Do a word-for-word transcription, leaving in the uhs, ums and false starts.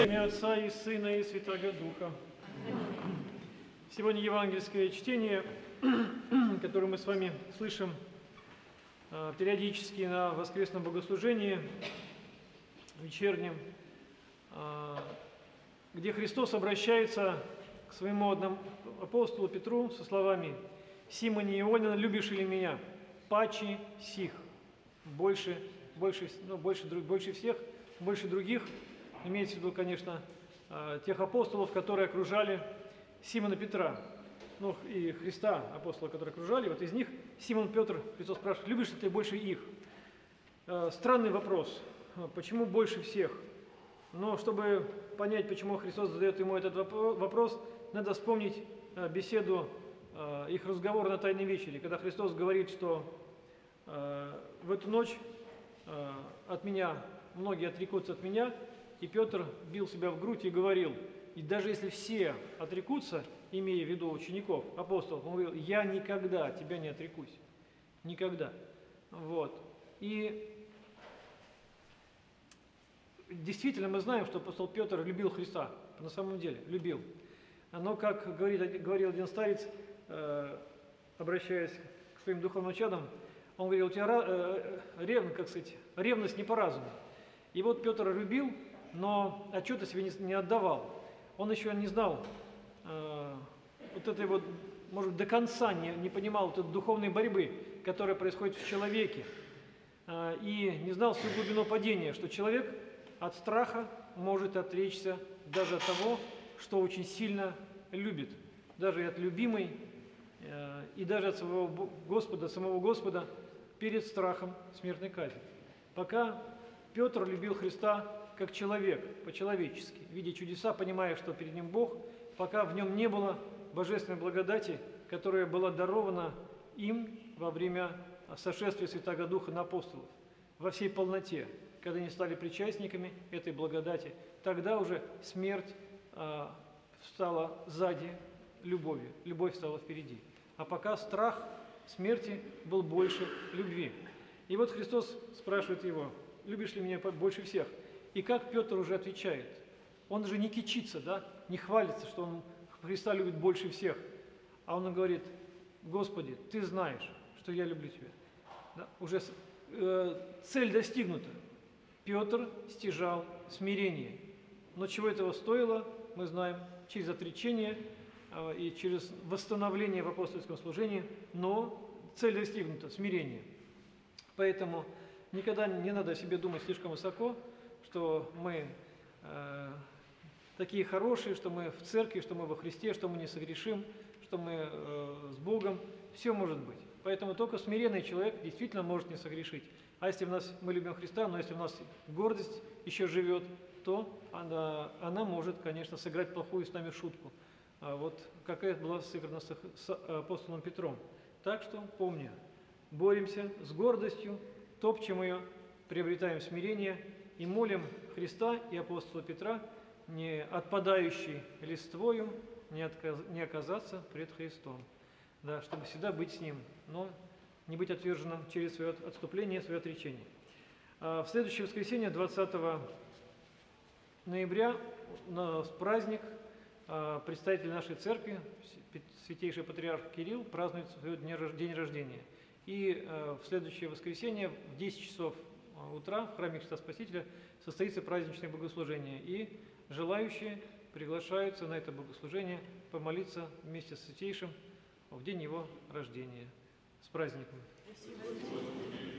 Имя Отца и Сына и Святаго Духа. Сегодня евангельское чтение, которое мы с вами слышим периодически на воскресном богослужении вечернем, где Христос обращается к своему одному апостолу Петру со словами: «Симоне Ионин, любишь ли меня? Паче сих». Больше, больше, ну, больше, больше всех, больше других. Имеется в виду, конечно, тех апостолов, которые окружали Симона Петра. Ну, и Христа, апостола, которые окружали. Вот из них Симон Петр, Христос спрашивает: любишь ли ты больше их? Странный вопрос. Почему больше всех? Но чтобы понять, почему Христос задает ему этот вопрос, надо вспомнить беседу, их разговор на Тайной вечере, когда Христос говорит, что в эту ночь от меня, многие отрекутся от меня, и Петр бил себя в грудь и говорил: и даже если все отрекутся, имея в виду учеников, апостолов, он говорил: я никогда от тебя не отрекусь. Никогда. Вот. И действительно мы знаем, что апостол Петр любил Христа. На самом деле, любил. Но, как говорит, говорил один старец, э, обращаясь к своим духовным чадам, он говорил: у тебя э, рев, как сказать, ревность не по разуму. И вот Петр любил, но отчета себе не, не отдавал. Он еще не знал э, вот этой вот, может быть, до конца не, не понимал вот этой духовной борьбы, которая происходит в человеке. Э, и не знал всю глубину падения, что человек от страха может отречься даже от того, что очень сильно любит. Даже и от любимой, э, и даже от своего Господа, самого Господа перед страхом смертной казни. Пока Петр любил Христа как человек, по-человечески, видя чудеса, понимая, что перед ним Бог, пока в нем не было божественной благодати, которая была дарована им во время сошествия Святаго Духа на апостолов, во всей полноте, когда они стали причастниками этой благодати. Тогда уже смерть э, стала сзади любовью, любовь стала впереди. А пока страх смерти был больше любви. И вот Христос спрашивает его: любишь ли меня больше всех? И как Петр уже отвечает? Он же не кичится, да? Не хвалится, что он Христа любит больше всех. А он говорит: Господи, Ты знаешь, что я люблю Тебя. Да? Уже э, цель достигнута. Петр стяжал смирение. Но чего этого стоило, мы знаем, через отречение э, и через восстановление в апостольском служении, но цель достигнута, смирение. Поэтому никогда не надо о себе думать слишком высоко, что мы э, такие хорошие, что мы в церкви, что мы во Христе, что мы не согрешим, что мы э, с Богом. Все может быть. Поэтому только смиренный человек действительно может не согрешить. А если в нас, мы любим Христа, но если у нас гордость еще живет, то она, она может, конечно, сыграть плохую с нами шутку. А вот какая была сыграна с, с апостолом Петром. Так что помни, боремся с гордостью, топчем ее, приобретаем смирение и молим Христа и апостола Петра, не отпадающей листвою, не, отказ, не оказаться пред Христом, да, чтобы всегда быть с Ним, но не быть отверженным через свое отступление, свое отречение. В следующее воскресенье, двадцатого ноября, на праздник, представитель нашей церкви, святейший патриарх Кирилл, празднует свой день рождения. И в следующее воскресенье в десять часов утра в храме Христа Спасителя состоится праздничное богослужение. И желающие приглашаются на это богослужение помолиться вместе с Святейшим в день его рождения. С праздником! Спасибо.